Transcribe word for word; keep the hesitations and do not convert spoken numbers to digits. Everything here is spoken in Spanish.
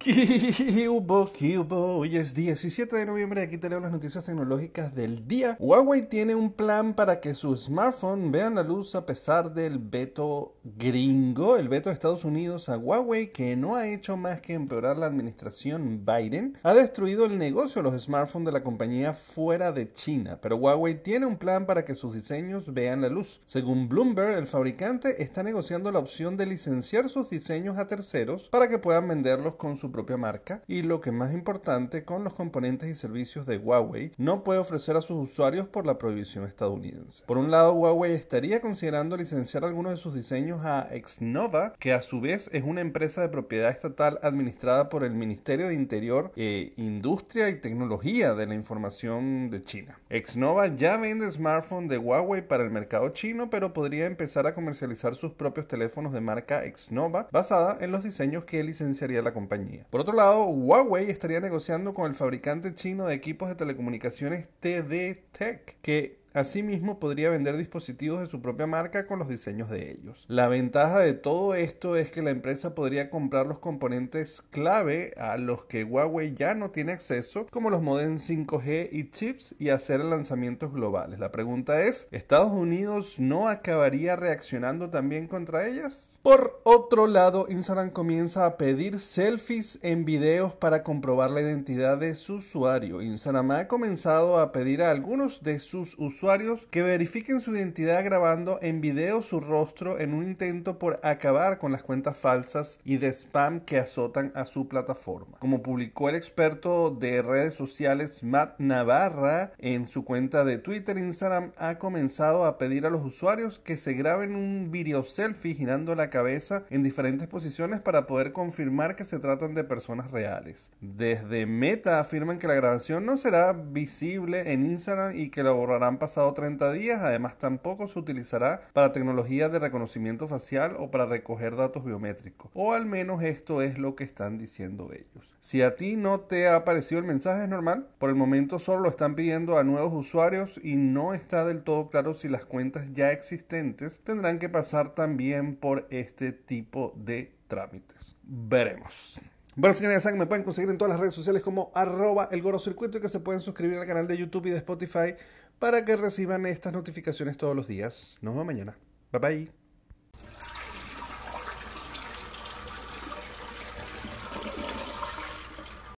¿Qué hubo? ¿Qué hubo? Hoy es diecisiete de noviembre y aquí te leo las noticias tecnológicas del día. Huawei tiene un plan para que su smartphone vean la luz a pesar del veto gringo, el veto de Estados Unidos a Huawei, que no ha hecho más que empeorar la administración Biden. Ha destruido el negocio de los smartphones de la compañía fuera de China, pero Huawei tiene un plan para que sus diseños vean la luz. Según Bloomberg, el fabricante está negociando la opción de licenciar sus diseños a terceros para que puedan venderlos con su propia marca, y lo que más importante, con los componentes y servicios de Huawei, no puede ofrecer a sus usuarios por la prohibición estadounidense. Por un lado, Huawei estaría considerando licenciar algunos de sus diseños a Exnova, que a su vez es una empresa de propiedad estatal administrada por el Ministerio de Interior, e Industria y Tecnología de la Información de China. Exnova ya vende smartphones de Huawei para el mercado chino, pero podría empezar a comercializar sus propios teléfonos de marca Exnova basada en los diseños que licenciaría la compañía. Por otro lado, Huawei estaría negociando con el fabricante chino de equipos de telecomunicaciones T D Tech, que asimismo podría vender dispositivos de su propia marca con los diseños de ellos. La ventaja de todo esto es que la empresa podría comprar los componentes clave a los que Huawei ya no tiene acceso, como los modems cinco G y chips, y hacer lanzamientos globales. La pregunta es, ¿Estados Unidos no acabaría reaccionando también contra ellas? Por otro lado, Instagram comienza a pedir selfies en videos para comprobar la identidad de su usuario. Instagram ha comenzado a pedir a algunos de sus usuarios que verifiquen su identidad grabando en video su rostro en un intento por acabar con las cuentas falsas y de spam que azotan a su plataforma. Como publicó el experto de redes sociales Matt Navarra en su cuenta de Twitter, Instagram ha comenzado a pedir a los usuarios que se graben un video selfie girando la cabeza en diferentes posiciones para poder confirmar que se tratan de personas reales. Desde Meta afirman que la grabación no será visible en Instagram y que la borrarán pasado treinta días. Además, tampoco se utilizará para tecnología de reconocimiento facial o para recoger datos biométricos, o al menos esto es lo que están diciendo ellos. Si a ti no te ha aparecido el mensaje, es normal. Por el momento solo lo están pidiendo a nuevos usuarios y no está del todo claro si las cuentas ya existentes tendrán que pasar también por este tipo de trámites. Veremos. Bueno, señores, ya saben, me pueden conseguir en todas las redes sociales como arroba elgorocircuito, y que se pueden suscribir al canal de YouTube y de Spotify para que reciban estas notificaciones todos los días. Nos vemos mañana. Bye bye.